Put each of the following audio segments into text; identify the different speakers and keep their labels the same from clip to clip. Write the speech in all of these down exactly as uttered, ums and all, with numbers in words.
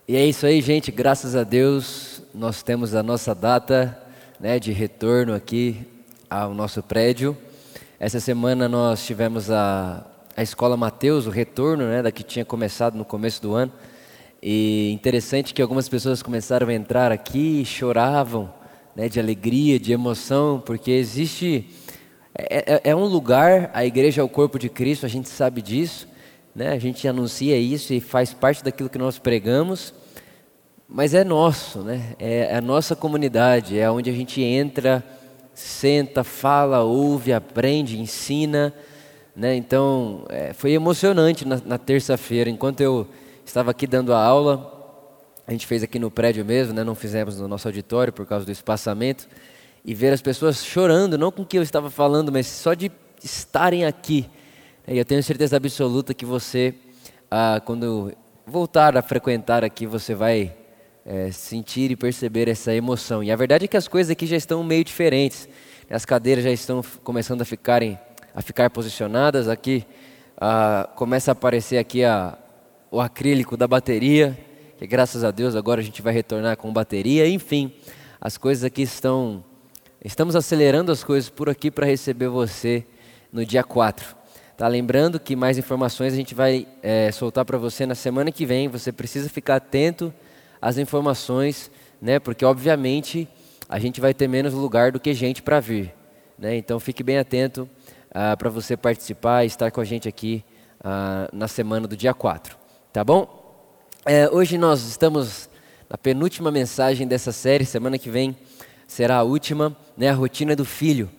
Speaker 1: E é isso aí, gente. Graças a Deus, nós temos a nossa data, né, de retorno aqui ao nosso prédio. Essa semana nós tivemos a, a Escola Mateus, o retorno, né, da que tinha começado no começo do ano. E interessante que algumas pessoas começaram a entrar aqui e choravam, né, de alegria, de emoção, porque existe... É, é, é um lugar, a igreja é o corpo de Cristo, a gente sabe disso, né? A gente anuncia isso e faz parte daquilo que nós pregamos, mas é nosso, né? É a nossa comunidade, é onde a gente entra, senta, fala, ouve, aprende, ensina, né? Então, é, foi emocionante na, na terça-feira, enquanto eu estava aqui dando a aula, a gente fez aqui no prédio mesmo, né? Não fizemos no nosso auditório por causa do espaçamento, e ver as pessoas chorando, não com o que eu estava falando, mas só de estarem aqui. E eu tenho certeza absoluta que você, ah, quando voltar a frequentar aqui, você vai é, sentir e perceber essa emoção. E a verdade é que as coisas aqui já estão meio diferentes. As cadeiras já estão começando a, ficarem, a ficar posicionadas. Aqui ah, começa a aparecer aqui a, o acrílico da bateria, que graças a Deus agora a gente vai retornar com bateria. Enfim, as coisas aqui estão... Estamos acelerando as coisas por aqui para receber você no dia quatro. Tá, lembrando que mais informações a gente vai é, soltar para você na semana que vem. Você precisa ficar atento às informações, né? Porque obviamente a gente vai ter menos lugar do que gente para vir, né? Então fique bem atento ah, para você participar e estar com a gente aqui ah, na semana do dia quatro, tá bom? É, hoje nós estamos na penúltima mensagem dessa série. Semana que vem será a última, né? A rotina do filho.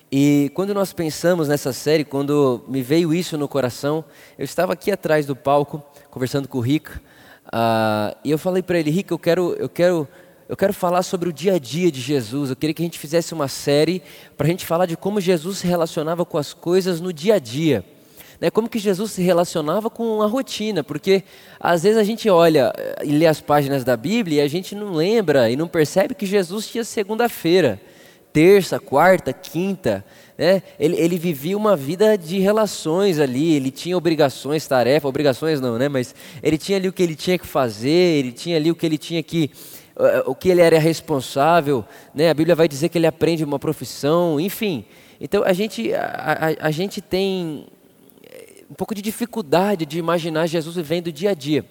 Speaker 1: E quando nós pensamos nessa série, quando me veio isso no coração, eu estava aqui atrás do palco, conversando com o Rica, uh, e eu falei para ele: Rica, eu quero, eu, quero, eu quero falar sobre o dia a dia de Jesus. Eu queria que a gente fizesse uma série para a gente falar de como Jesus se relacionava com as coisas no dia a dia, né? Como que Jesus se relacionava com a rotina, porque às vezes a gente olha e lê as páginas da Bíblia e a gente não lembra e não percebe que Jesus tinha segunda-feira, terça, quarta, quinta, né? Ele, ele vivia uma vida de relações ali, ele tinha obrigações, tarefas, obrigações não, né? Mas ele tinha ali o que ele tinha que fazer, ele tinha ali o que ele tinha que, uh, o que ele era responsável, né? A Bíblia vai dizer que ele aprende uma profissão, enfim. Então a gente, a, a, a gente tem um pouco de dificuldade de imaginar Jesus vivendo o dia a dia.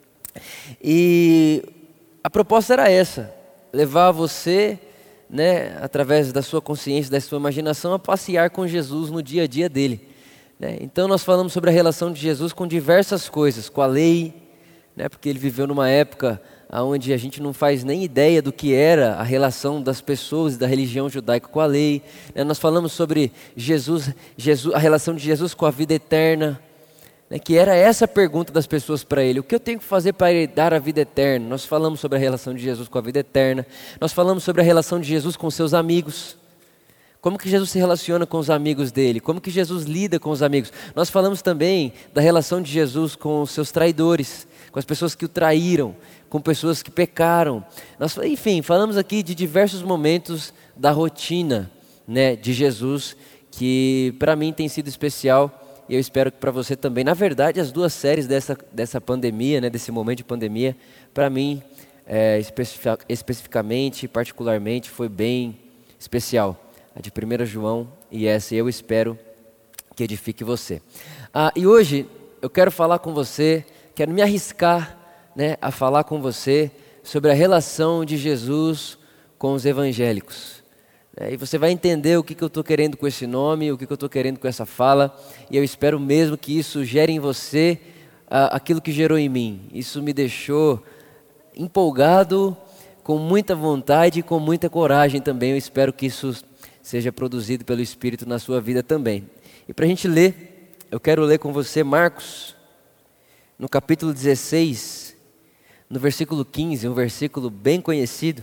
Speaker 1: E a proposta era essa: levar você, né, através da sua consciência, da sua imaginação, a passear com Jesus no dia a dia dele, né? Então nós falamos sobre a relação de Jesus com diversas coisas, com a lei, né, porque ele viveu numa época onde a gente não faz nem ideia do que era a relação das pessoas da religião judaica com a lei, né? Nós falamos sobre Jesus, Jesus, a relação de Jesus com a vida eterna, né, que era essa a pergunta das pessoas para ele: o que eu tenho que fazer para dar a vida eterna? Nós falamos sobre a relação de Jesus com a vida eterna. Nós falamos sobre a relação de Jesus com seus amigos, como que Jesus se relaciona com os amigos dele, como que Jesus lida com os amigos. Nós falamos também da relação de Jesus com os seus traidores, com as pessoas que o traíram, com pessoas que pecaram. Nós, enfim, falamos aqui de diversos momentos da rotina, né, de Jesus, que para mim tem sido especial. E eu espero que para você também. Na verdade, as duas séries dessa, dessa pandemia, né, desse momento de pandemia, para mim, é, especific, especificamente, particularmente, foi bem especial. A de primeiro João e essa, eu espero que edifique você. Ah, e hoje eu quero falar com você, quero me arriscar, né, a falar com você sobre a relação de Jesus com os evangélicos. É, e você vai entender o que, que eu estou querendo com esse nome, o que, que eu estou querendo com essa fala, e eu espero mesmo que isso gere em você ah, aquilo que gerou em mim. Isso me deixou empolgado, com muita vontade e com muita coragem também. Eu espero que isso seja produzido pelo Espírito na sua vida também. E para a gente ler, eu quero ler com você Marcos, no capítulo dezesseis, no versículo quinze, um versículo bem conhecido,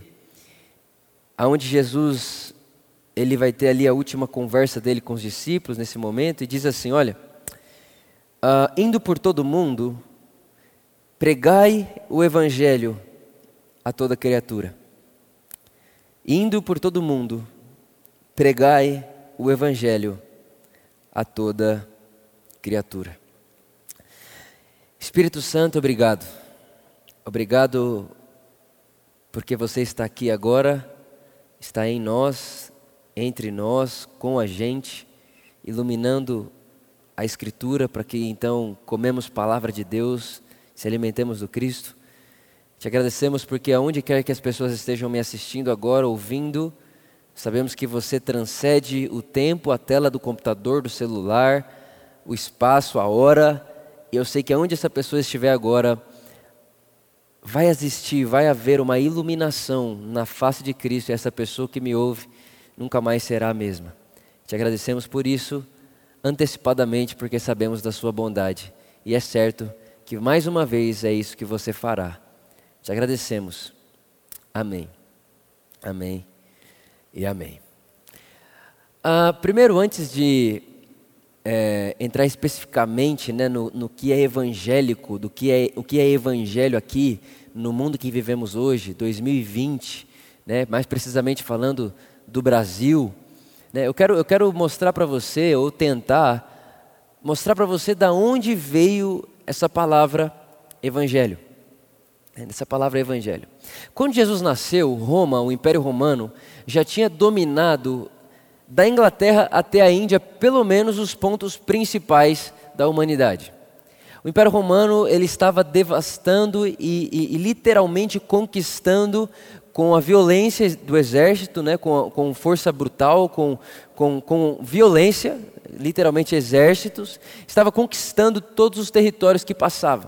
Speaker 1: onde Jesus... ele vai ter ali a última conversa dele com os discípulos nesse momento, e diz assim: olha, uh, indo por todo o mundo, pregai o evangelho a toda criatura. Indo por todo o mundo, pregai o evangelho a toda criatura. Espírito Santo, obrigado. Obrigado porque você está aqui agora, está em nós, entre nós, com a gente, iluminando a Escritura para que então comemos palavra de Deus, se alimentemos do Cristo. Te agradecemos porque aonde quer que as pessoas estejam me assistindo agora, ouvindo, sabemos que você transcende o tempo, a tela do computador, do celular, o espaço, a hora. E eu sei que aonde essa pessoa estiver agora, vai existir, vai haver uma iluminação na face de Cristo. E essa pessoa que me ouve nunca mais será a mesma. Te agradecemos por isso, antecipadamente, porque sabemos da sua bondade. E é certo que mais uma vez é isso que você fará. Te agradecemos. Amém. Amém e amém. Ah, primeiro, antes de é, entrar especificamente, né, no, no que é evangélico, do que é, o que é evangelho aqui, no mundo que vivemos hoje, dois mil e vinte, né, mais precisamente falando do Brasil, né, eu quero, eu quero mostrar para você, ou tentar mostrar para você da onde veio essa palavra evangelho. Essa palavra evangelho. Quando Jesus nasceu, Roma, o Império Romano, já tinha dominado da Inglaterra até a Índia, pelo menos os pontos principais da humanidade. O Império Romano ele estava devastando e, e, e literalmente conquistando com a violência do exército, né, com, com força brutal, com, com, com violência, literalmente exércitos, estava conquistando todos os territórios que passavam.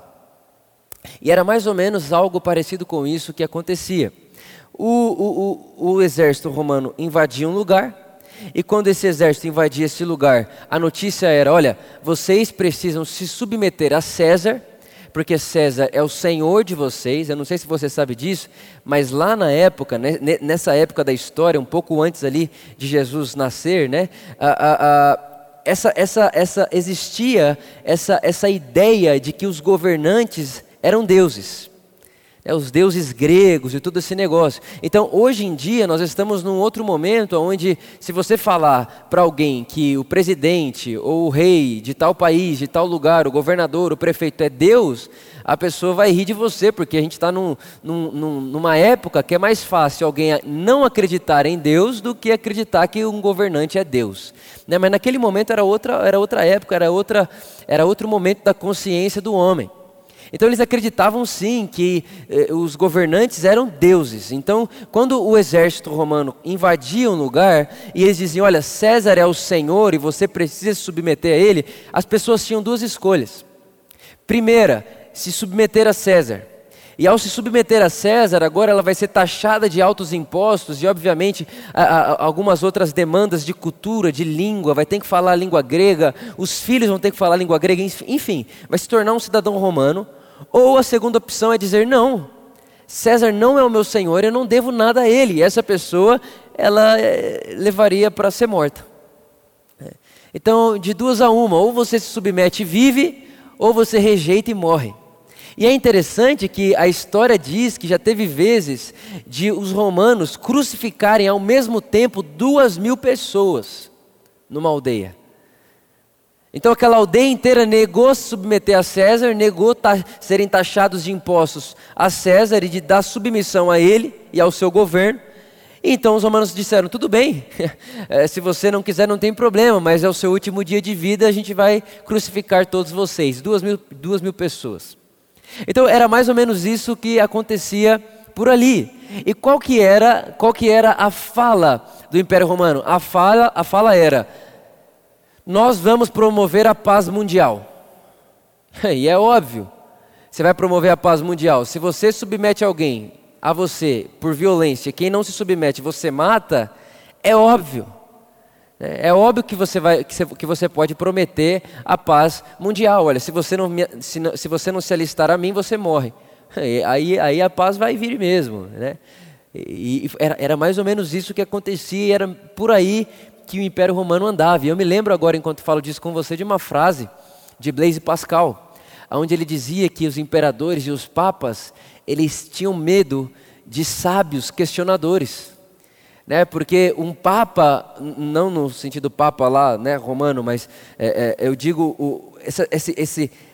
Speaker 1: E era mais ou menos algo parecido com isso que acontecia. O, o, o, o exército romano invadia um lugar, e quando esse exército invadia esse lugar, a notícia era, olha, vocês precisam se submeter a César, porque César é o senhor de vocês. Eu não sei se você sabe disso, mas lá na época, né, nessa época da história, um pouco antes ali de Jesus nascer, né, a, a, a, essa, essa, essa, existia essa, essa ideia de que os governantes eram deuses, é, os deuses gregos e todo esse negócio. Então, hoje em dia, nós estamos num outro momento onde, se você falar para alguém que o presidente ou o rei de tal país, de tal lugar, o governador, o prefeito é Deus, a pessoa vai rir de você, porque a gente está num, num, numa época que é mais fácil alguém não acreditar em Deus do que acreditar que um governante é Deus. Né? Mas naquele momento era outra, era outra época, era, outra, era outro momento da consciência do homem. Então eles acreditavam sim que eh, os governantes eram deuses. Então quando o exército romano invadia um lugar e eles diziam, olha, César é o senhor e você precisa se submeter a ele, as pessoas tinham duas escolhas. Primeira, se submeter a César. E ao se submeter a César, agora ela vai ser taxada de altos impostos e obviamente a, a, algumas outras demandas de cultura, de língua, vai ter que falar a língua grega, os filhos vão ter que falar a língua grega, enfim, vai se tornar um cidadão romano. Ou a segunda opção é dizer, não, César não é o meu senhor, eu não devo nada a ele. E essa pessoa, ela é, levaria para ser morta. Então, de duas a uma, ou você se submete e vive, ou você rejeita e morre. E é interessante que a história diz que já teve vezes de os romanos crucificarem ao mesmo tempo duas mil pessoas numa aldeia. Então aquela aldeia inteira negou se submeter a César, negou ta- serem taxados de impostos a César e de dar submissão a ele e ao seu governo. E então os romanos disseram, tudo bem, é, se você não quiser não tem problema, mas é o seu último dia de vida, a gente vai crucificar todos vocês, duas mil, duas mil pessoas. Então era mais ou menos isso que acontecia por ali. E qual que era, qual que era a fala do Império Romano? A fala, a fala era, nós vamos promover a paz mundial. E é óbvio, você vai promover a paz mundial. Se você submete alguém a você por violência, quem não se submete você mata, é óbvio. É óbvio que você, vai, que você, que você pode prometer a paz mundial. Olha, se você não, se, não, se você não se alistar a mim, você morre. Aí, aí a paz vai vir mesmo, né? E, e era, era mais ou menos isso que acontecia, e era por aí que o Império Romano andava. E eu me lembro agora, enquanto falo disso com você, de uma frase de Blaise Pascal, onde ele dizia que os imperadores e os papas, eles tinham medo de sábios questionadores. Né, porque um papa, não no sentido papa lá, né, romano, mas é, é, eu digo, o, esse, esse, esse,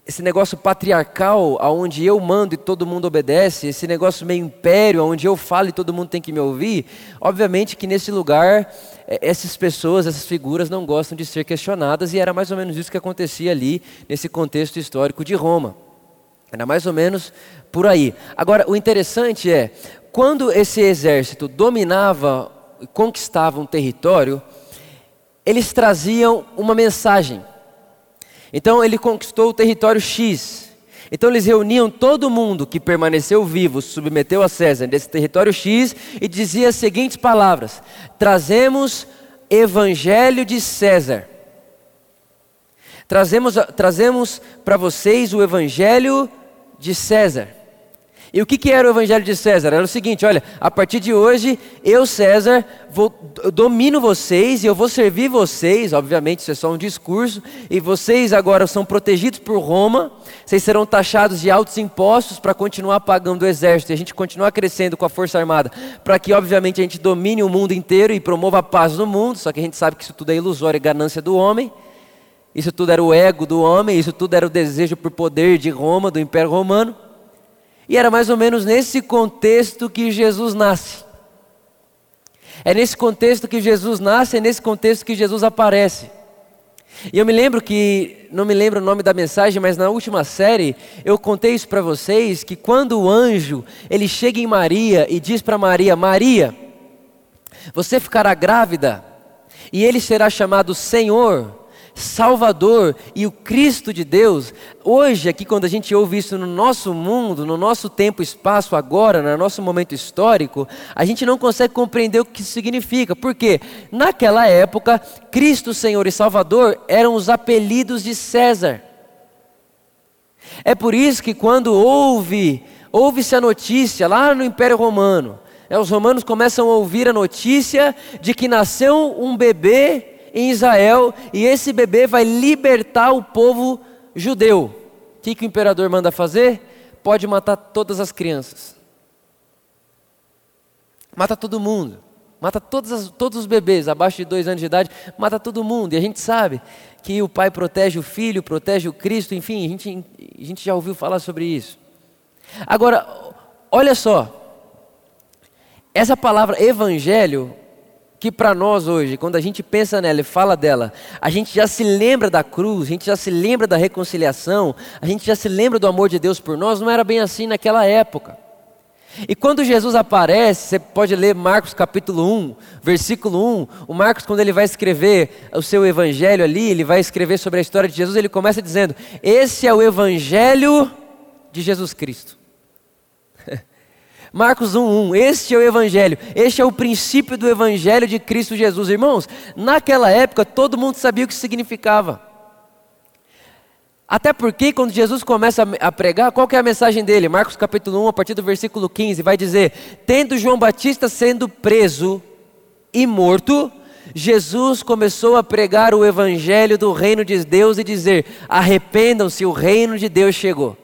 Speaker 1: esse negócio patriarcal, onde eu mando e todo mundo obedece, esse negócio meio império, onde eu falo e todo mundo tem que me ouvir, obviamente que nesse lugar, essas pessoas, essas figuras não gostam de ser questionadas, e era mais ou menos isso que acontecia ali, nesse contexto histórico de Roma. Era mais ou menos por aí. Agora, o interessante é, quando esse exército dominava e conquistava um território, eles traziam uma mensagem. Então ele conquistou o território X. Então eles reuniam todo mundo que permaneceu vivo, submeteu a César desse território X e dizia as seguintes palavras: trazemos evangelho de César. Trazemos, trazemos para vocês o evangelho de César. E o que, que era o evangelho de César? Era o seguinte: olha, a partir de hoje, eu, César, vou, eu domino vocês e eu vou servir vocês. Obviamente isso é só um discurso. E vocês agora são protegidos por Roma. Vocês serão taxados de altos impostos para continuar pagando o exército. E a gente continuar crescendo com a força armada. Para que obviamente a gente domine o mundo inteiro e promova a paz no mundo. Só que a gente sabe que isso tudo é ilusório e ganância do homem. Isso tudo era o ego do homem. Isso tudo era o desejo por poder de Roma, do Império Romano. E era mais ou menos nesse contexto que Jesus nasce. É nesse contexto que Jesus nasce, é nesse contexto que Jesus aparece. E eu me lembro que, não me lembro o nome da mensagem, mas na última série eu contei isso para vocês, que quando o anjo, ele chega em Maria e diz para Maria: Maria, você ficará grávida e ele será chamado Senhor, Salvador e o Cristo de Deus. Hoje aqui, quando a gente ouve isso no nosso mundo, no nosso tempo e espaço agora, no nosso momento histórico, a gente não consegue compreender o que isso significa. Porque naquela época, Cristo, Senhor e Salvador eram os apelidos de César. É por isso que quando ouve, ouve-se a notícia lá no Império Romano, é, os romanos começam a ouvir a notícia de que nasceu um bebê em Israel, e esse bebê vai libertar o povo judeu. O que, que o imperador manda fazer? Pode matar todas as crianças. Mata todo mundo. Mata todas as, todos os bebês abaixo de dois anos de idade. Mata todo mundo. E a gente sabe que o pai protege o filho, protege o Cristo. Enfim, a gente, a gente já ouviu falar sobre isso. Agora, olha só. Essa palavra evangelho, que para nós hoje, quando a gente pensa nela e fala dela, a gente já se lembra da cruz, a gente já se lembra da reconciliação, a gente já se lembra do amor de Deus por nós. Não era bem assim naquela época. E quando Jesus aparece, você pode ler Marcos capítulo um, versículo um, o Marcos, quando ele vai escrever o seu evangelho ali, ele vai escrever sobre a história de Jesus, ele começa dizendo: esse é o evangelho de Jesus Cristo. Marcos um, um, este é o evangelho, este é o princípio do evangelho de Cristo Jesus. Irmãos, naquela época todo mundo sabia o que significava. Até porque quando Jesus começa a pregar, qual que é a mensagem dele? Marcos capítulo um, a partir do versículo quinze, vai dizer: tendo João Batista sendo preso e morto, Jesus começou a pregar o evangelho do reino de Deus e dizer: arrependam-se, o reino de Deus chegou.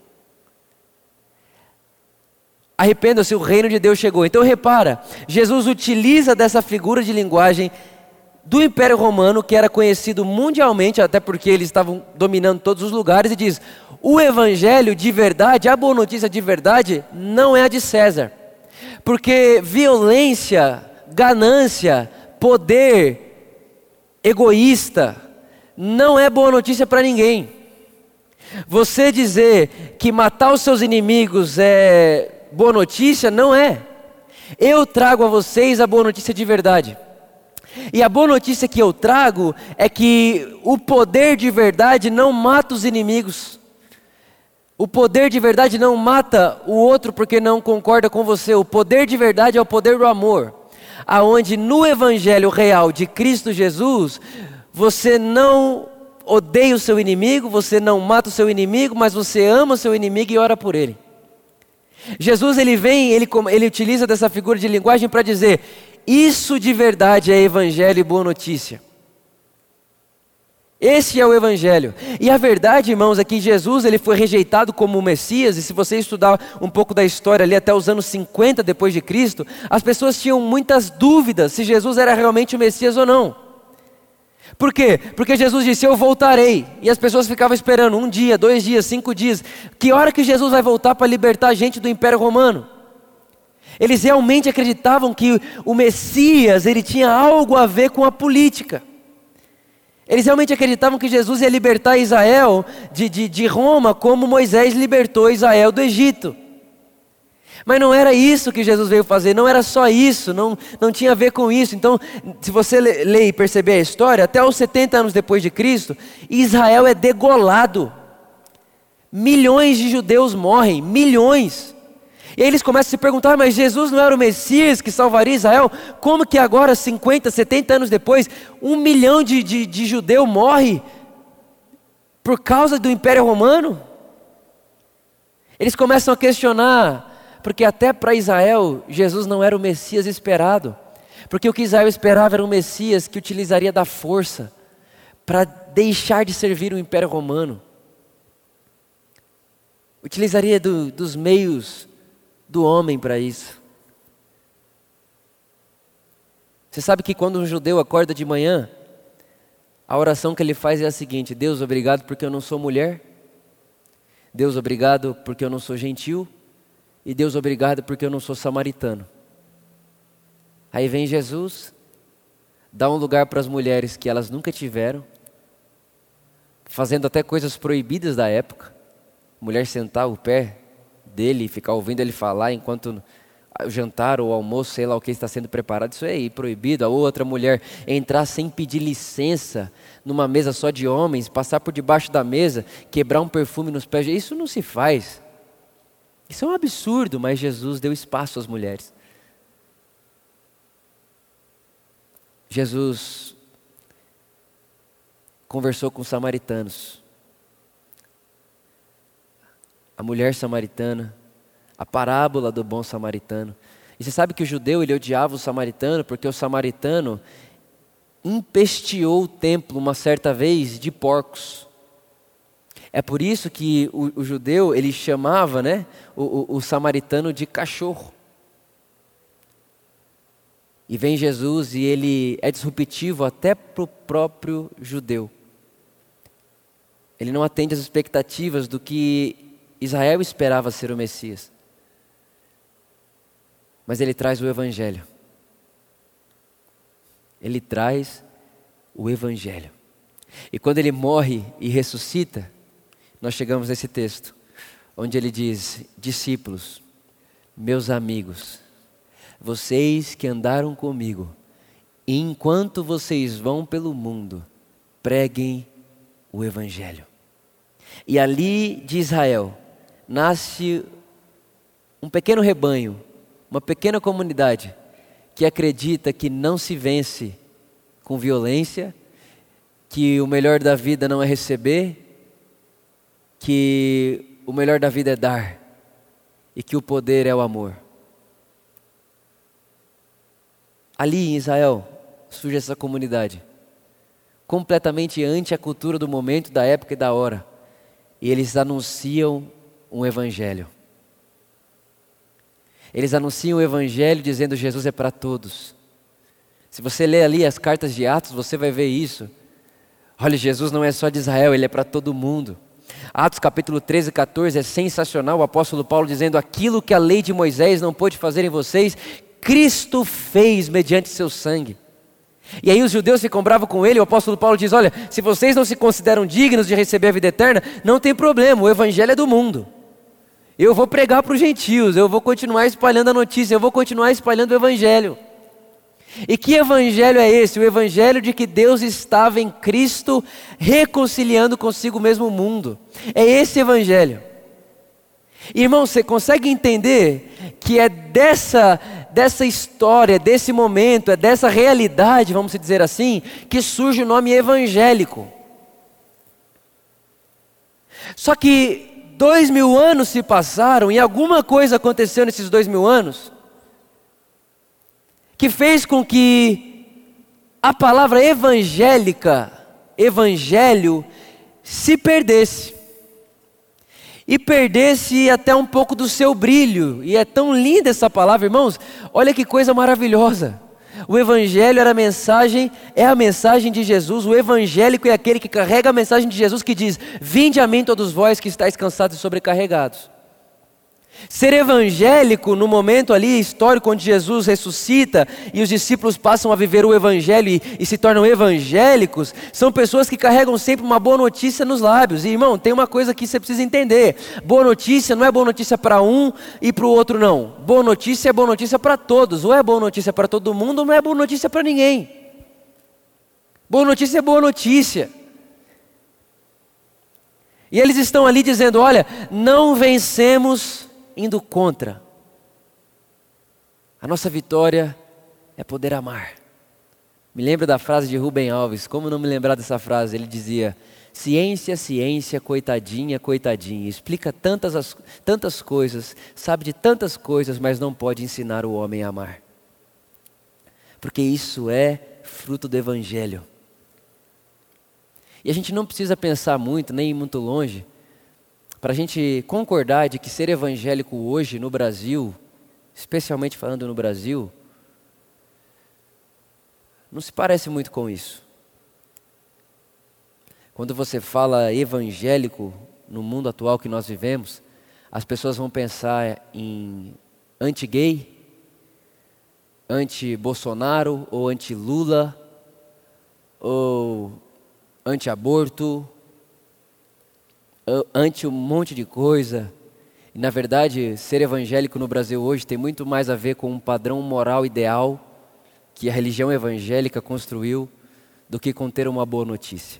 Speaker 1: Arrependam-se, o reino de Deus chegou. Então repara, Jesus utiliza dessa figura de linguagem do Império Romano, que era conhecido mundialmente, até porque eles estavam dominando todos os lugares, e diz: o evangelho de verdade, a boa notícia de verdade, não é a de César. Porque violência, ganância, poder, egoísta, não é boa notícia para ninguém. Você dizer que matar os seus inimigos é boa notícia, não é. Eu trago a vocês a boa notícia de verdade. E a boa notícia que eu trago é que o poder de verdade não mata os inimigos. O poder de verdade não mata o outro porque não concorda com você. O poder de verdade é o poder do amor. Aonde no evangelho real de Cristo Jesus, você não odeia o seu inimigo, você não mata o seu inimigo, mas você ama o seu inimigo e ora por ele. Jesus, ele vem, ele, ele utiliza dessa figura de linguagem para dizer: isso de verdade é evangelho e boa notícia. Esse é o evangelho. E a verdade, irmãos, é que Jesus, ele foi rejeitado como o Messias. E se você estudar um pouco da história ali até os anos cinquenta depois de Cristo, as pessoas tinham muitas dúvidas se Jesus era realmente o Messias ou não. Por quê? Porque Jesus disse, eu voltarei. E as pessoas ficavam esperando um dia, dois dias, cinco dias. Que hora que Jesus vai voltar para libertar a gente do Império Romano? Eles realmente acreditavam que o Messias, ele tinha algo a ver com a política. Eles realmente acreditavam que Jesus ia libertar Israel de, de, de Roma, como Moisés libertou Israel do Egito. Mas não era isso que Jesus veio fazer, não era só isso, não, não tinha a ver com isso. Então, se você ler e perceber a história, até os setenta anos depois de Cristo, Israel é degolado. Milhões de judeus morrem, milhões. E aí eles começam a se perguntar, mas Jesus não era o Messias que salvaria Israel? Como que agora, cinquenta, setenta anos depois, um milhão de, de, de judeu morre por causa do Império Romano? Eles começam a questionar, porque até para Israel, Jesus não era o Messias esperado. Porque o que Israel esperava era um Messias que utilizaria da força para deixar de servir o Império Romano. Utilizaria do, dos meios do homem para isso. Você sabe que quando um judeu acorda de manhã, a oração que ele faz é a seguinte: Deus, obrigado porque eu não sou mulher. Deus, obrigado porque eu não sou gentil. E Deus, obrigado porque eu não sou samaritano. Aí vem Jesus, dá um lugar para as mulheres que elas nunca tiveram, fazendo até coisas proibidas da época. Mulher sentar o pé dele e ficar ouvindo ele falar enquanto o jantar ou o almoço, sei lá o que está sendo preparado, isso é proibido. A outra mulher entrar sem pedir licença numa mesa só de homens, passar por debaixo da mesa, quebrar um perfume nos pés, isso não se faz. Isso é um absurdo, mas Jesus deu espaço às mulheres. Jesus conversou com os samaritanos. A mulher samaritana, a parábola do bom samaritano. E você sabe que o judeu, ele odiava o samaritano, porque o samaritano empesteou o templo uma certa vez de porcos. É por isso que o, o judeu, ele chamava, né, o, o, o samaritano de cachorro. E vem Jesus e ele é disruptivo até para o próprio judeu. Ele não atende às expectativas do que Israel esperava ser o Messias. Mas ele traz o Evangelho. Ele traz o Evangelho. E quando ele morre e ressuscita, nós chegamos a esse texto, onde ele diz: discípulos, meus amigos, vocês que andaram comigo, enquanto vocês vão pelo mundo, preguem o Evangelho. E ali de Israel, nasce um pequeno rebanho, uma pequena comunidade, que acredita que não se vence com violência, que o melhor da vida não é receber, que o melhor da vida é dar, e que o poder é o amor. Ali em Israel surge essa comunidade, completamente ante a cultura do momento, da época e da hora, e eles anunciam um evangelho. Eles anunciam o evangelho dizendo: Jesus é para todos. Se você ler ali as cartas de Atos, você vai ver isso. Olha, Jesus não é só de Israel, ele é para todo mundo. Atos capítulo treze e quatorze é sensacional, o apóstolo Paulo dizendo: aquilo que a lei de Moisés não pôde fazer em vocês, Cristo fez mediante seu sangue. E aí os judeus ficam bravos com ele, o apóstolo Paulo diz: olha, se vocês não se consideram dignos de receber a vida eterna, não tem problema, o evangelho é do mundo. Eu vou pregar para os gentios, eu vou continuar espalhando a notícia, eu vou continuar espalhando o evangelho. E que evangelho é esse? O evangelho de que Deus estava em Cristo reconciliando consigo mesmo o mundo. É esse evangelho. Irmão, você consegue entender que é dessa, dessa história, desse momento, é dessa realidade, vamos dizer assim, que surge o nome evangélico. Só que dois mil anos se passaram e alguma coisa aconteceu nesses dois mil anos que fez com que a palavra evangélica, evangelho, se perdesse. E perdesse até um pouco do seu brilho. E é tão linda essa palavra, irmãos. Olha que coisa maravilhosa. O evangelho era a mensagem, é a mensagem de Jesus. O evangélico é aquele que carrega a mensagem de Jesus, que diz: vinde a mim todos vós que estáis cansados e sobrecarregados. Ser evangélico no momento ali histórico onde Jesus ressuscita e os discípulos passam a viver o evangelho e, e se tornam evangélicos, são pessoas que carregam sempre uma boa notícia nos lábios. E irmão, tem uma coisa que você precisa entender: boa notícia não é boa notícia para um e para o outro não. Boa notícia é boa notícia para todos. Ou é boa notícia para todo mundo ou não é boa notícia para ninguém. Boa notícia é boa notícia. E eles estão ali dizendo: olha, não vencemos indo contra. A nossa vitória é poder amar. Me lembro da frase de Rubem Alves. Como não me lembrar dessa frase? Ele dizia: ciência, ciência, coitadinha, coitadinha, explica tantas, as, tantas coisas, sabe de tantas coisas, mas não pode ensinar o homem a amar. Porque isso é fruto do evangelho. E a gente não precisa pensar muito, nem ir muito longe, para a gente concordar de que ser evangélico hoje no Brasil, especialmente falando no Brasil, não se parece muito com isso. Quando você fala evangélico no mundo atual que nós vivemos, as pessoas vão pensar em anti-gay, anti-Bolsonaro, ou anti-Lula, ou anti-aborto, ante um monte de coisa. E na verdade, ser evangélico no Brasil hoje tem muito mais a ver com um padrão moral ideal que a religião evangélica construiu do que com ter uma boa notícia.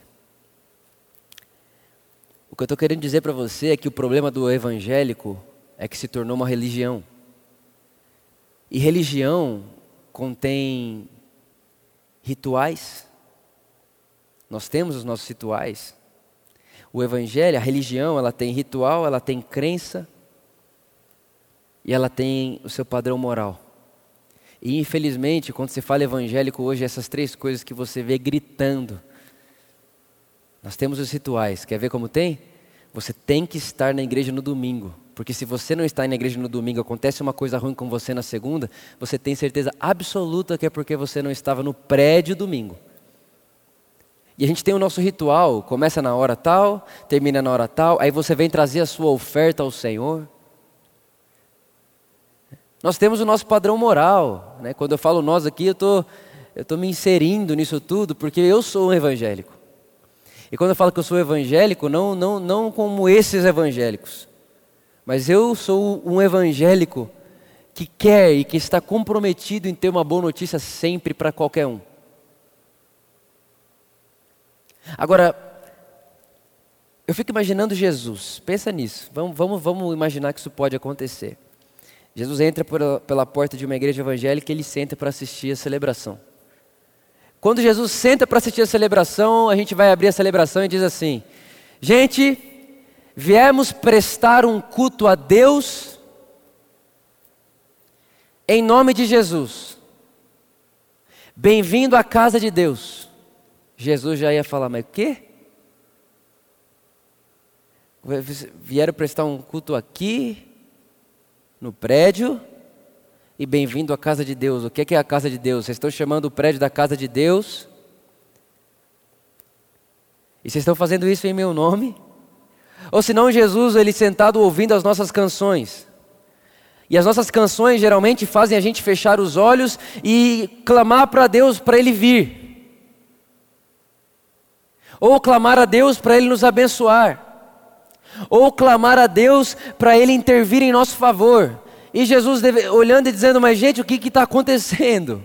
Speaker 1: O que eu estou querendo dizer para você é que o problema do evangélico é que se tornou uma religião. E religião contém rituais. Nós temos os nossos rituais. O evangelho, a religião, ela tem ritual, ela tem crença e ela tem o seu padrão moral. E infelizmente, quando se fala evangélico hoje, essas três coisas que você vê gritando. Nós temos os rituais, quer ver como tem? Você tem que estar na igreja no domingo, porque se você não está na igreja no domingo, acontece uma coisa ruim com você na segunda, você tem certeza absoluta que é porque você não estava no prédio domingo. E a gente tem o nosso ritual, começa na hora tal, termina na hora tal, aí você vem trazer a sua oferta ao Senhor. Nós temos o nosso padrão moral, né? Quando eu falo nós aqui, eu estou eu tô me inserindo nisso tudo, porque eu sou um evangélico. E quando eu falo que eu sou evangélico, não, não, não como esses evangélicos, mas eu sou um evangélico que quer e que está comprometido em ter uma boa notícia sempre para qualquer um. Agora, eu fico imaginando Jesus, pensa nisso, vamos, vamos, vamos imaginar que isso pode acontecer. Jesus entra por, pela porta de uma igreja evangélica e ele senta para assistir a celebração. Quando Jesus senta para assistir a celebração, a gente vai abrir a celebração e diz assim: gente, viemos prestar um culto a Deus em nome de Jesus. Bem-vindo à casa de Deus. Jesus já ia falar: mas o quê? Vieram prestar um culto aqui, no prédio, e bem-vindo à casa de Deus. O que é a casa de Deus? Vocês estão chamando o prédio da casa de Deus? E vocês estão fazendo isso em meu nome? Ou senão Jesus, ele sentado ouvindo as nossas canções. E as nossas canções geralmente fazem a gente fechar os olhos e clamar para Deus para Ele vir. Ou clamar a Deus para Ele nos abençoar. Ou clamar a Deus para Ele intervir em nosso favor. E Jesus deve, olhando e dizendo: mas gente, o que está acontecendo?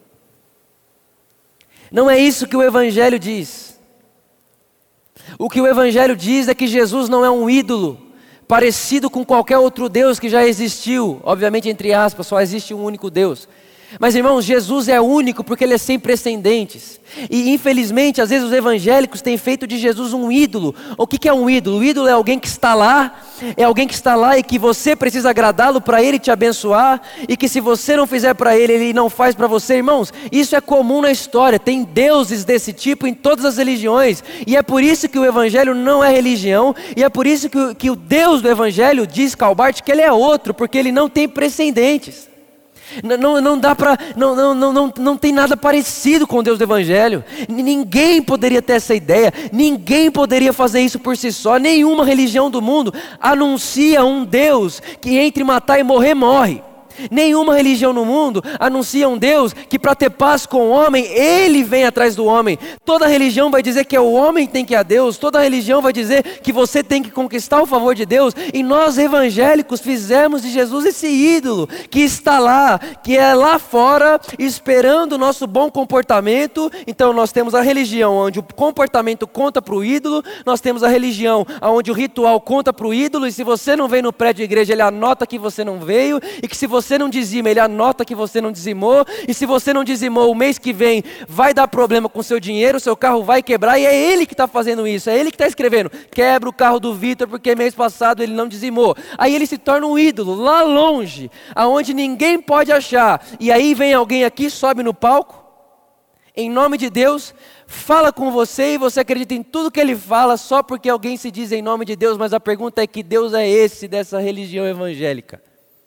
Speaker 1: Não é isso que o Evangelho diz. O que o Evangelho diz é que Jesus não é um ídolo parecido com qualquer outro Deus que já existiu. Obviamente, entre aspas, só existe um único Deus. Mas irmãos, Jesus é único porque Ele é sem precedentes. E infelizmente, às vezes os evangélicos têm feito de Jesus um ídolo. O que, que é um ídolo? O ídolo é alguém que está lá, é alguém que está lá e que você precisa agradá-lo para Ele te abençoar. E que se você não fizer para Ele, Ele não faz para você. Irmãos, isso é comum na história. Tem deuses desse tipo em todas as religiões. E é por isso que o Evangelho não é religião. E é por isso que o, que o Deus do Evangelho, diz Calbart, que Ele é outro, porque Ele não tem precedentes. Não, não, não dá para, não, não, não, não, não tem nada parecido com o Deus do Evangelho. Ninguém poderia ter essa ideia, ninguém poderia fazer isso por si só. Nenhuma religião do mundo anuncia um Deus que entre matar e morrer, morre. Nenhuma religião no mundo anuncia um Deus que para ter paz com o homem, Ele vem atrás do homem. Toda religião vai dizer que é o homem que tem que ir a Deus. Toda religião vai dizer que você tem que conquistar o favor de Deus. E nós evangélicos fizemos de Jesus esse ídolo que está lá, que é lá fora, esperando o nosso bom comportamento. Então nós temos a religião onde o comportamento conta para o ídolo. Nós temos a religião onde o ritual conta para o ídolo. E se você não vem no prédio de igreja, ele anota que você não veio. E que se você você não dizima, ele anota que você não dizimou, e se você não dizimou, o mês que vem vai dar problema com o seu dinheiro, o seu carro vai quebrar, e é ele que está fazendo isso, é ele que está escrevendo, quebra o carro do Vitor porque mês passado ele não dizimou. Aí ele se torna um ídolo, lá longe, aonde ninguém pode achar, e aí vem alguém aqui, sobe no palco, em nome de Deus, fala com você e você acredita em tudo que ele fala, só porque alguém se diz em nome de Deus, mas a pergunta é: que Deus é esse dessa religião evangélica?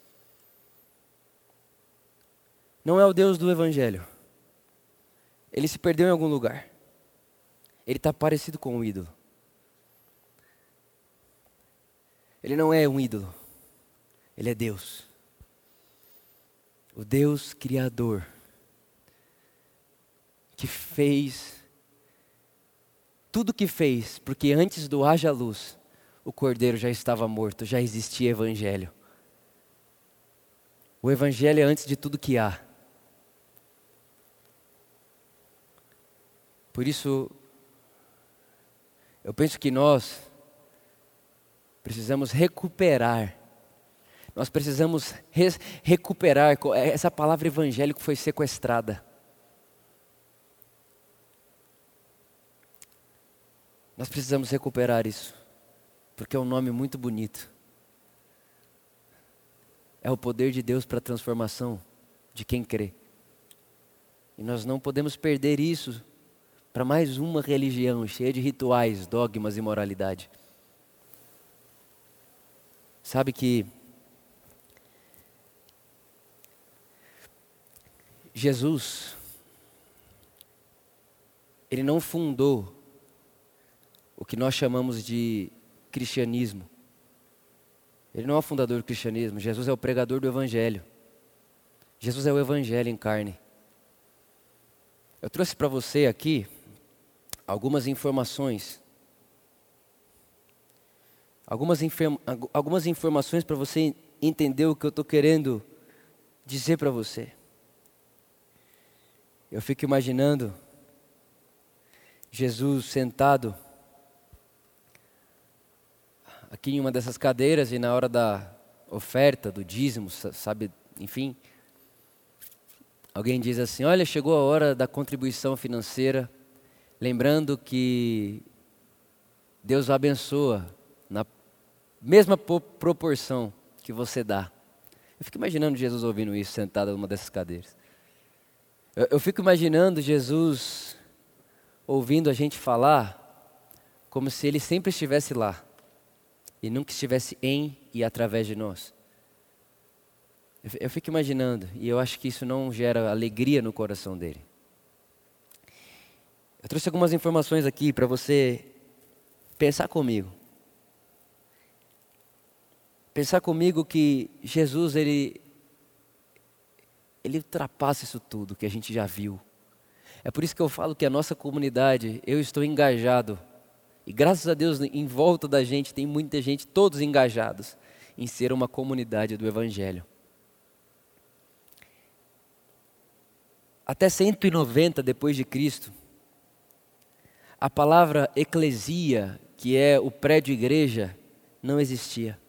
Speaker 1: Não é o Deus do Evangelho. Ele se perdeu em algum lugar. Ele está parecido com um ídolo. Ele não é um ídolo. Ele é Deus. O Deus Criador. Que fez tudo o que fez, porque antes do haja luz, o Cordeiro já estava morto, já existia Evangelho. O Evangelho é antes de tudo que há. Por isso, eu penso que nós precisamos recuperar, nós precisamos res, recuperar, essa palavra evangélico foi sequestrada. Nós precisamos recuperar isso, porque é um nome muito bonito. É o poder de Deus para a transformação de quem crê. E nós não podemos perder isso para mais uma religião cheia de rituais, dogmas e moralidade. Sabe que Jesus, Ele não fundou o que nós chamamos de cristianismo. Ele não é o fundador do cristianismo, Jesus é o pregador do Evangelho. Jesus é o Evangelho em carne. Eu trouxe para você aqui algumas informações. Algumas, inform- algumas informações para você entender o que eu estou querendo dizer para você. Eu fico imaginando Jesus sentado aqui em uma dessas cadeiras e na hora da oferta, do dízimo, sabe, enfim, alguém diz assim: olha, chegou a hora da contribuição financeira, lembrando que Deus o abençoa na mesma proporção que você dá. Eu fico imaginando Jesus ouvindo isso, sentado numa dessas cadeiras. Eu, eu fico imaginando Jesus ouvindo a gente falar como se Ele sempre estivesse lá e nunca estivesse em e através de nós. Eu, eu fico imaginando, e eu acho que isso não gera alegria no coração dele. Eu trouxe algumas informações aqui para você pensar comigo. Pensar comigo que Jesus, ele, ele ultrapassa isso tudo que a gente já viu. É por isso que eu falo que a nossa comunidade, eu estou engajado. E graças a Deus, em volta da gente, tem muita gente, todos engajados em ser uma comunidade do Evangelho. Até cento e noventa depois de Cristo, a palavra eclesia, que é o prédio igreja, não existia.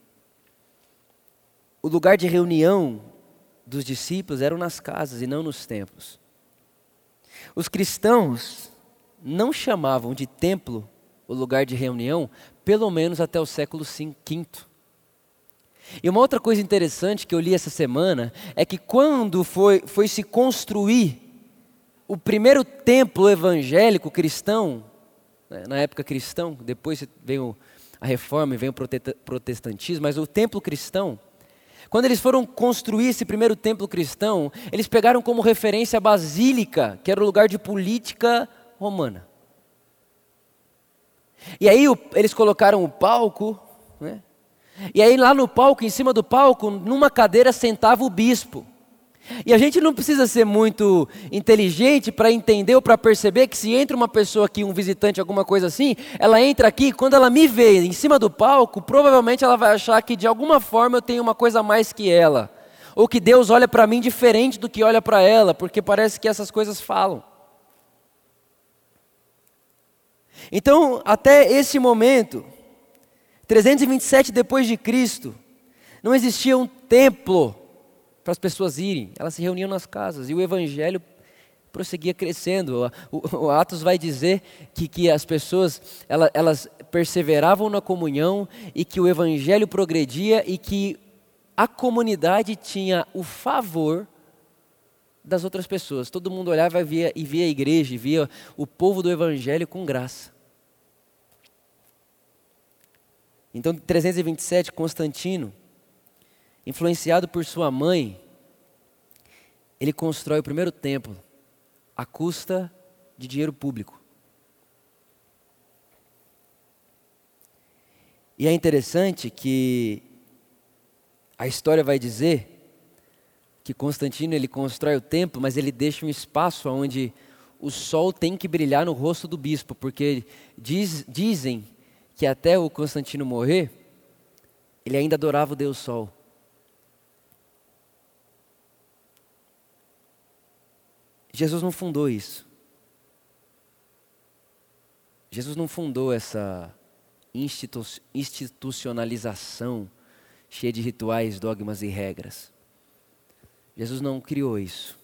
Speaker 1: O lugar de reunião dos discípulos eram nas casas e não nos templos. Os cristãos não chamavam de templo o lugar de reunião, pelo menos até o século quinto. E uma outra coisa interessante que eu li essa semana é que quando foi, foi se construir o primeiro templo evangélico cristão, né, na época cristão, depois veio a reforma e veio o protestantismo, mas o templo cristão, Quando eles foram construir esse primeiro templo cristão, eles pegaram como referência a Basílica, que era o lugar de política romana. E aí o, eles colocaram o palco, né? E aí lá no palco, em cima do palco, numa cadeira sentava o bispo. E a gente não precisa ser muito inteligente para entender ou para perceber que se entra uma pessoa aqui, um visitante, alguma coisa assim, ela entra aqui, quando ela me vê em cima do palco, provavelmente ela vai achar que de alguma forma eu tenho uma coisa a mais que ela. Ou que Deus olha para mim diferente do que olha para ela, porque parece que essas coisas falam. Então, até esse momento, trezentos e vinte e sete depois de Cristo, não existia um templo para as pessoas irem, elas se reuniam nas casas e o evangelho prosseguia crescendo. O, o Atos vai dizer que, que as pessoas elas, elas perseveravam na comunhão e que o evangelho progredia e que a comunidade tinha o favor das outras pessoas. Todo mundo olhava e via, e via a igreja, e via o povo do evangelho com graça. Então, em trezentos e vinte e sete, Constantino, influenciado por sua mãe, ele constrói o primeiro templo à custa de dinheiro público. E é interessante que a história vai dizer que Constantino ele constrói o templo, mas ele deixa um espaço onde o sol tem que brilhar no rosto do bispo, porque diz, dizem que até o Constantino morrer, ele ainda adorava o Deus Sol. Jesus não fundou isso. Jesus não fundou essa institu- institucionalização cheia de rituais, dogmas e regras. Jesus não criou isso.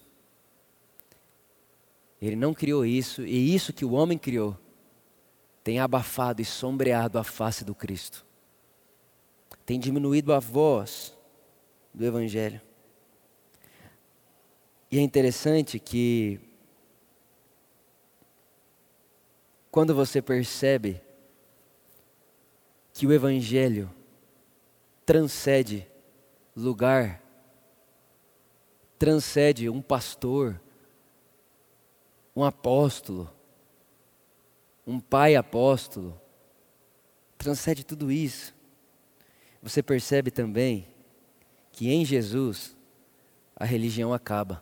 Speaker 1: Ele não criou isso, e isso que o homem criou tem abafado e sombreado a face do Cristo. Tem diminuído a voz do Evangelho. E é interessante que quando você percebe que o Evangelho transcende lugar, transcende um pastor, um apóstolo, um pai apóstolo, transcende tudo isso. Você percebe também que em Jesus a religião acaba.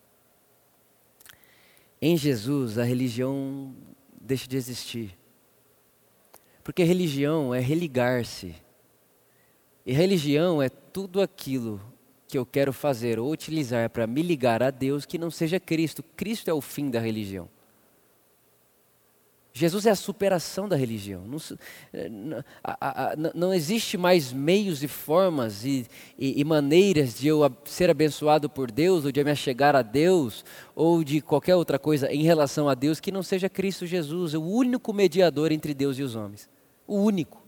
Speaker 1: Em Jesus a religião deixa de existir. Porque religião é religar-se. E religião é tudo aquilo que eu quero fazer ou utilizar para me ligar a Deus que não seja Cristo. Cristo é o fim da religião. Jesus é a superação da religião. Não, a, a, não existe mais meios e formas e, e, e maneiras de eu ser abençoado por Deus, ou de eu me achegar a Deus, ou de qualquer outra coisa em relação a Deus que não seja Cristo Jesus, o único mediador entre Deus e os homens. O único.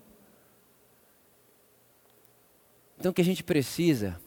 Speaker 1: Então o que a gente precisa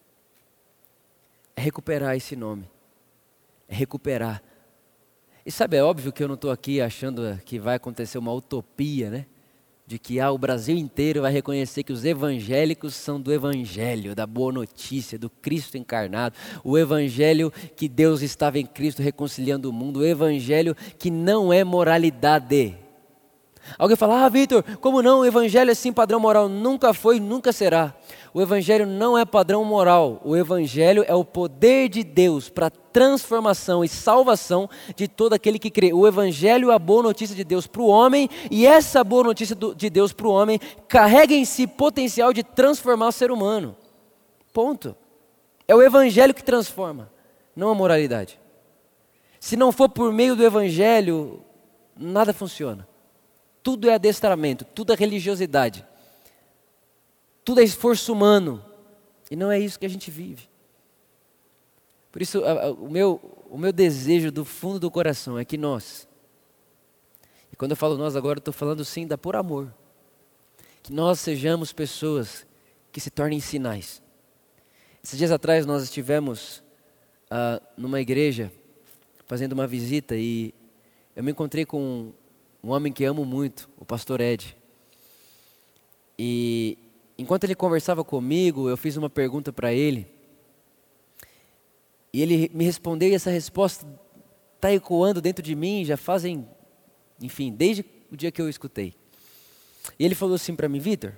Speaker 1: é recuperar esse nome. É recuperar. E sabe, é óbvio que eu não estou aqui achando que vai acontecer uma utopia, né? De que ah, o Brasil inteiro vai reconhecer que os evangélicos são do Evangelho, da boa notícia, do Cristo encarnado. O Evangelho que Deus estava em Cristo reconciliando o mundo. O Evangelho que não é moralidade. Alguém fala, ah Vitor, como não? O Evangelho é sim padrão moral. Nunca foi, nunca será. O Evangelho não é padrão moral. O Evangelho é o poder de Deus para transformação e salvação de todo aquele que crê. O Evangelho é a boa notícia de Deus para o homem, e essa boa notícia do, de Deus para o homem carrega em si potencial de transformar o ser humano. Ponto. É o Evangelho que transforma, não a moralidade. Se não for por meio do Evangelho, nada funciona. Tudo é adestramento, tudo é religiosidade. Tudo é esforço humano. E não é isso que a gente vive. Por isso, a, a, o, meu, o meu desejo do fundo do coração é que nós, e quando eu falo nós agora, eu estou falando sim da por amor, que nós sejamos pessoas que se tornem sinais. Esses dias atrás nós estivemos uh, numa igreja, fazendo uma visita, e eu me encontrei com um, um homem que amo muito, o pastor Ed. E enquanto ele conversava comigo, eu fiz uma pergunta para ele. E ele me respondeu e essa resposta está ecoando dentro de mim já fazem, enfim, desde o dia que eu escutei. E ele falou assim para mim: Vitor,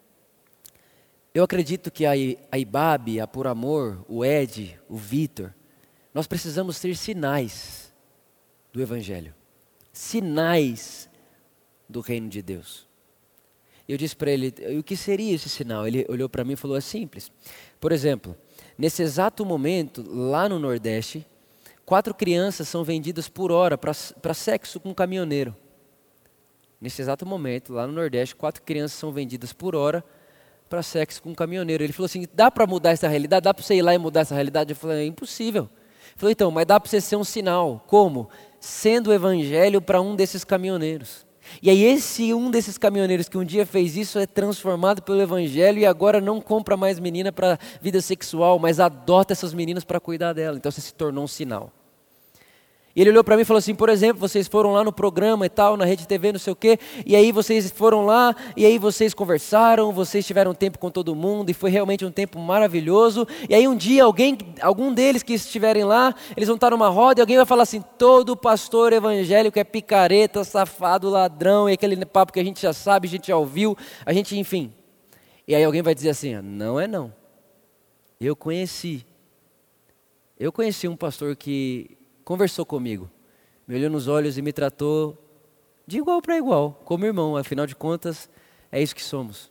Speaker 1: eu acredito que a, I, a Ibabe, a Por Amor, o Ed, o Vitor, nós precisamos ter sinais do Evangelho. Sinais do reino de Deus. Eu disse para ele: o que seria esse sinal? Ele olhou para mim e falou: é simples. Por exemplo, nesse exato momento, lá no Nordeste, quatro crianças são vendidas por hora para sexo com um caminhoneiro. Nesse exato momento, lá no Nordeste, quatro crianças são vendidas por hora para sexo com um caminhoneiro. Ele falou assim: dá para mudar essa realidade? Dá para você ir lá e mudar essa realidade? Eu falei: é impossível. Ele falou: então, mas dá para você ser um sinal. Como? Sendo o evangelho para um desses caminhoneiros. E aí esse um desses caminhoneiros que um dia fez isso é transformado pelo evangelho e agora não compra mais menina para vida sexual, mas adota essas meninas para cuidar dela. Então você se tornou um sinal. E ele olhou para mim e falou assim: por exemplo, vocês foram lá no programa e tal, na Rede T V, não sei o quê, e aí vocês foram lá, e aí vocês conversaram, vocês tiveram tempo com todo mundo, e foi realmente um tempo maravilhoso, e aí um dia alguém, algum deles que estiverem lá, eles vão estar numa roda, e alguém vai falar assim: todo pastor evangélico é picareta, safado, ladrão, e aquele papo que a gente já sabe, a gente já ouviu, a gente, enfim. E aí alguém vai dizer assim: não é não, eu conheci, eu conheci um pastor que conversou comigo, me olhou nos olhos e me tratou de igual para igual, como irmão, afinal de contas, é isso que somos.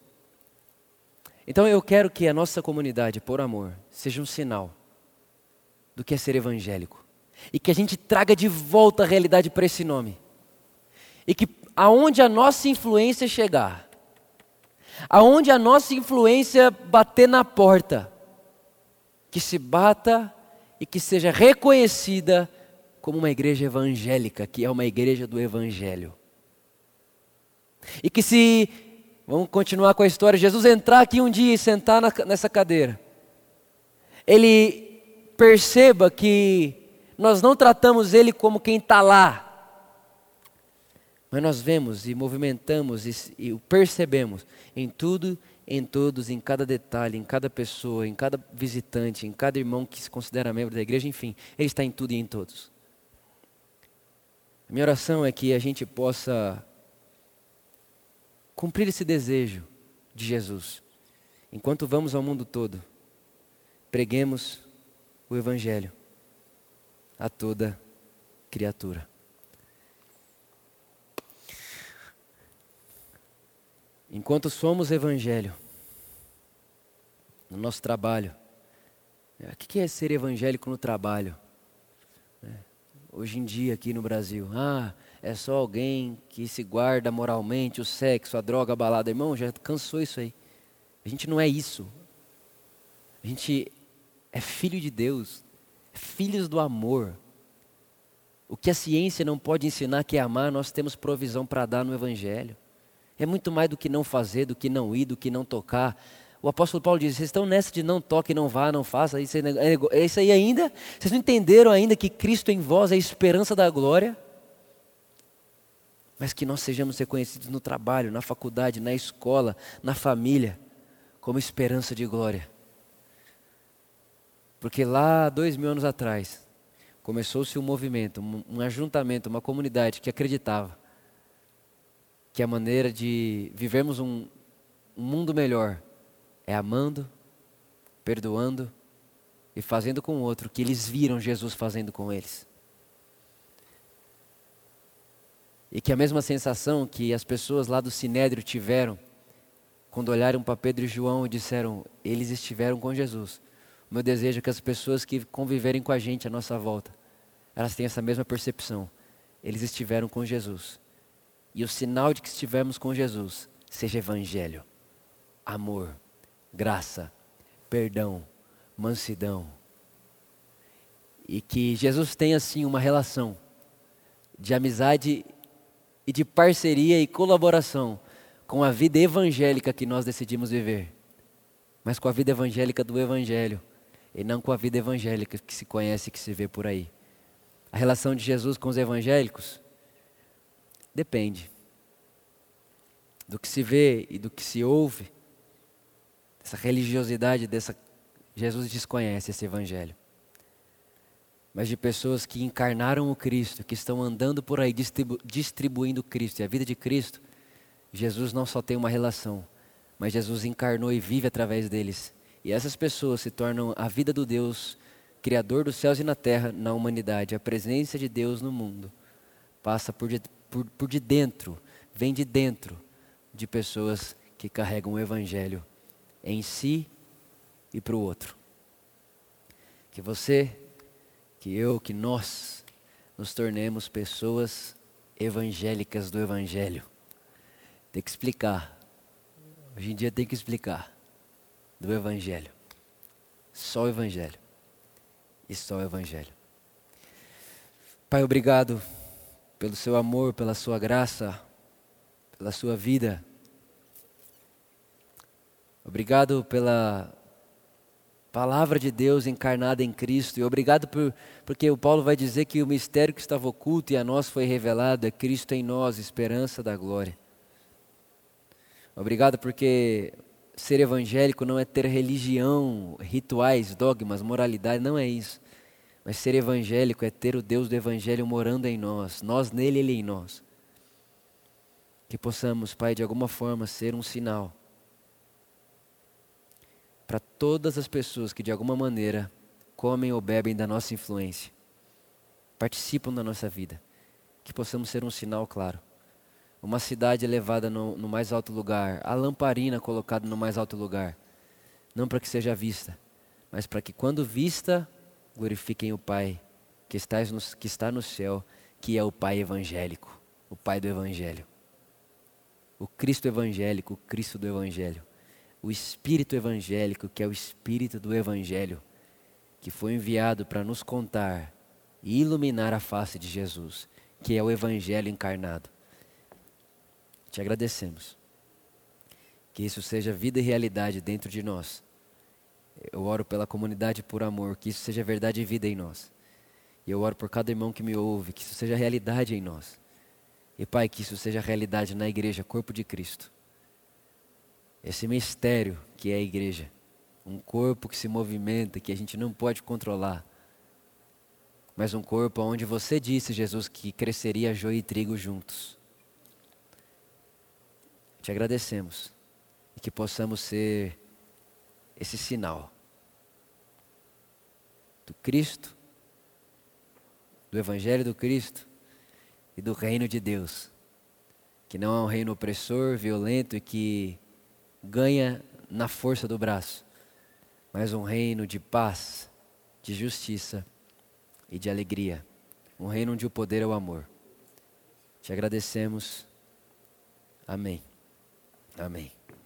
Speaker 1: Então eu quero que a nossa comunidade, por amor, seja um sinal do que é ser evangélico. E que a gente traga de volta a realidade para esse nome. E que aonde a nossa influência chegar, aonde a nossa influência bater na porta, que se bata e que seja reconhecida como uma igreja evangélica, que é uma igreja do evangelho. E que se, vamos continuar com a história, Jesus entrar aqui um dia e sentar na, nessa cadeira, ele perceba que nós não tratamos ele como quem está lá, mas nós vemos e movimentamos e, e o percebemos em tudo, em todos, em cada detalhe, em cada pessoa, em cada visitante, em cada irmão que se considera membro da igreja, enfim, ele está em tudo e em todos. A minha oração é que a gente possa cumprir esse desejo de Jesus. Enquanto vamos ao mundo todo, preguemos o evangelho a toda criatura. Enquanto somos evangelho, no nosso trabalho, o que é ser evangélico no trabalho? Hoje em dia aqui no Brasil, ah, é só alguém que se guarda moralmente, o sexo, a droga, a balada. Irmão, já cansou isso aí. A gente não é isso. A gente é filho de Deus, filhos do amor. O que a ciência não pode ensinar que é amar, nós temos provisão para dar no Evangelho. É muito mais do que não fazer, do que não ir, do que não tocar. O apóstolo Paulo diz: vocês estão nessa de não toque, não vá, não faça, isso aí, é isso aí ainda? Vocês não entenderam ainda que Cristo em vós é a esperança da glória? Mas que nós sejamos reconhecidos no trabalho, na faculdade, na escola, na família, como esperança de glória. Porque lá, dois mil anos atrás, começou-se um movimento, um, um ajuntamento, uma comunidade que acreditava que a maneira de vivermos um, um mundo melhor é amando, perdoando e fazendo com o outro o que eles viram Jesus fazendo com eles. E que a mesma sensação que as pessoas lá do Sinédrio tiveram quando olharam para Pedro e João e disseram: eles estiveram com Jesus. O meu desejo é que as pessoas que conviverem com a gente à nossa volta, elas tenham essa mesma percepção. Eles estiveram com Jesus. E o sinal de que estivermos com Jesus seja evangelho, amor, graça, perdão, mansidão. E que Jesus tenha assim uma relação de amizade e de parceria e colaboração com a vida evangélica que nós decidimos viver. Mas com a vida evangélica do Evangelho e não com a vida evangélica que se conhece e que se vê por aí. A relação de Jesus com os evangélicos depende do que se vê e do que se ouve. essa religiosidade, dessa Jesus desconhece esse evangelho. Mas de pessoas que encarnaram o Cristo, que estão andando por aí distribu distribuindo Cristo e a vida de Cristo. Jesus não só tem uma relação, mas Jesus encarnou e vive através deles. E essas pessoas se tornam a vida do Deus, Criador dos céus e na terra, na humanidade. A presença de Deus no mundo passa por de, por, por de dentro, vem de dentro de pessoas que carregam o evangelho em si e para o outro. Que você, que eu, que nós nos tornemos pessoas evangélicas do evangelho. Tem que explicar. Hoje em dia tem que explicar do evangelho. Só o evangelho. E só o evangelho. Pai, obrigado pelo seu amor, pela sua graça, pela sua vida. Obrigado pela palavra de Deus encarnada em Cristo. E obrigado por, porque o Paulo vai dizer que o mistério que estava oculto e a nós foi revelado é Cristo em nós, esperança da glória. Obrigado porque ser evangélico não é ter religião, rituais, dogmas, moralidade, não é isso. Mas ser evangélico é ter o Deus do evangelho morando em nós, nós nele, ele em nós. Que possamos, Pai, de alguma forma ser um sinal para todas as pessoas que de alguma maneira comem ou bebem da nossa influência, participam da nossa vida. Que possamos ser um sinal claro. Uma cidade elevada no, no mais alto lugar, a lamparina colocada no mais alto lugar. Não para que seja vista, mas para que quando vista, glorifiquem o Pai que está, no, que está no céu, que é o Pai evangélico, o Pai do Evangelho. O Cristo evangélico, o Cristo do Evangelho. O Espírito evangélico, que é o Espírito do Evangelho, que foi enviado para nos contar e iluminar a face de Jesus, que é o Evangelho encarnado. Te agradecemos. Que isso seja vida e realidade dentro de nós. Eu oro pela comunidade por amor, que isso seja verdade e vida em nós. E eu oro por cada irmão que me ouve, que isso seja realidade em nós. E Pai, que isso seja realidade na igreja, corpo de Cristo. Esse mistério que é a igreja. Um corpo que se movimenta, que a gente não pode controlar. Mas um corpo onde você disse, Jesus, que cresceria joio e trigo juntos. Te agradecemos e que possamos ser esse sinal do Cristo, do Evangelho do Cristo e do reino de Deus, que não é um reino opressor, violento e que ganha na força do braço, mas um reino de paz, de justiça e de alegria, um reino onde o poder é o amor. Te agradecemos. Amém. Amém.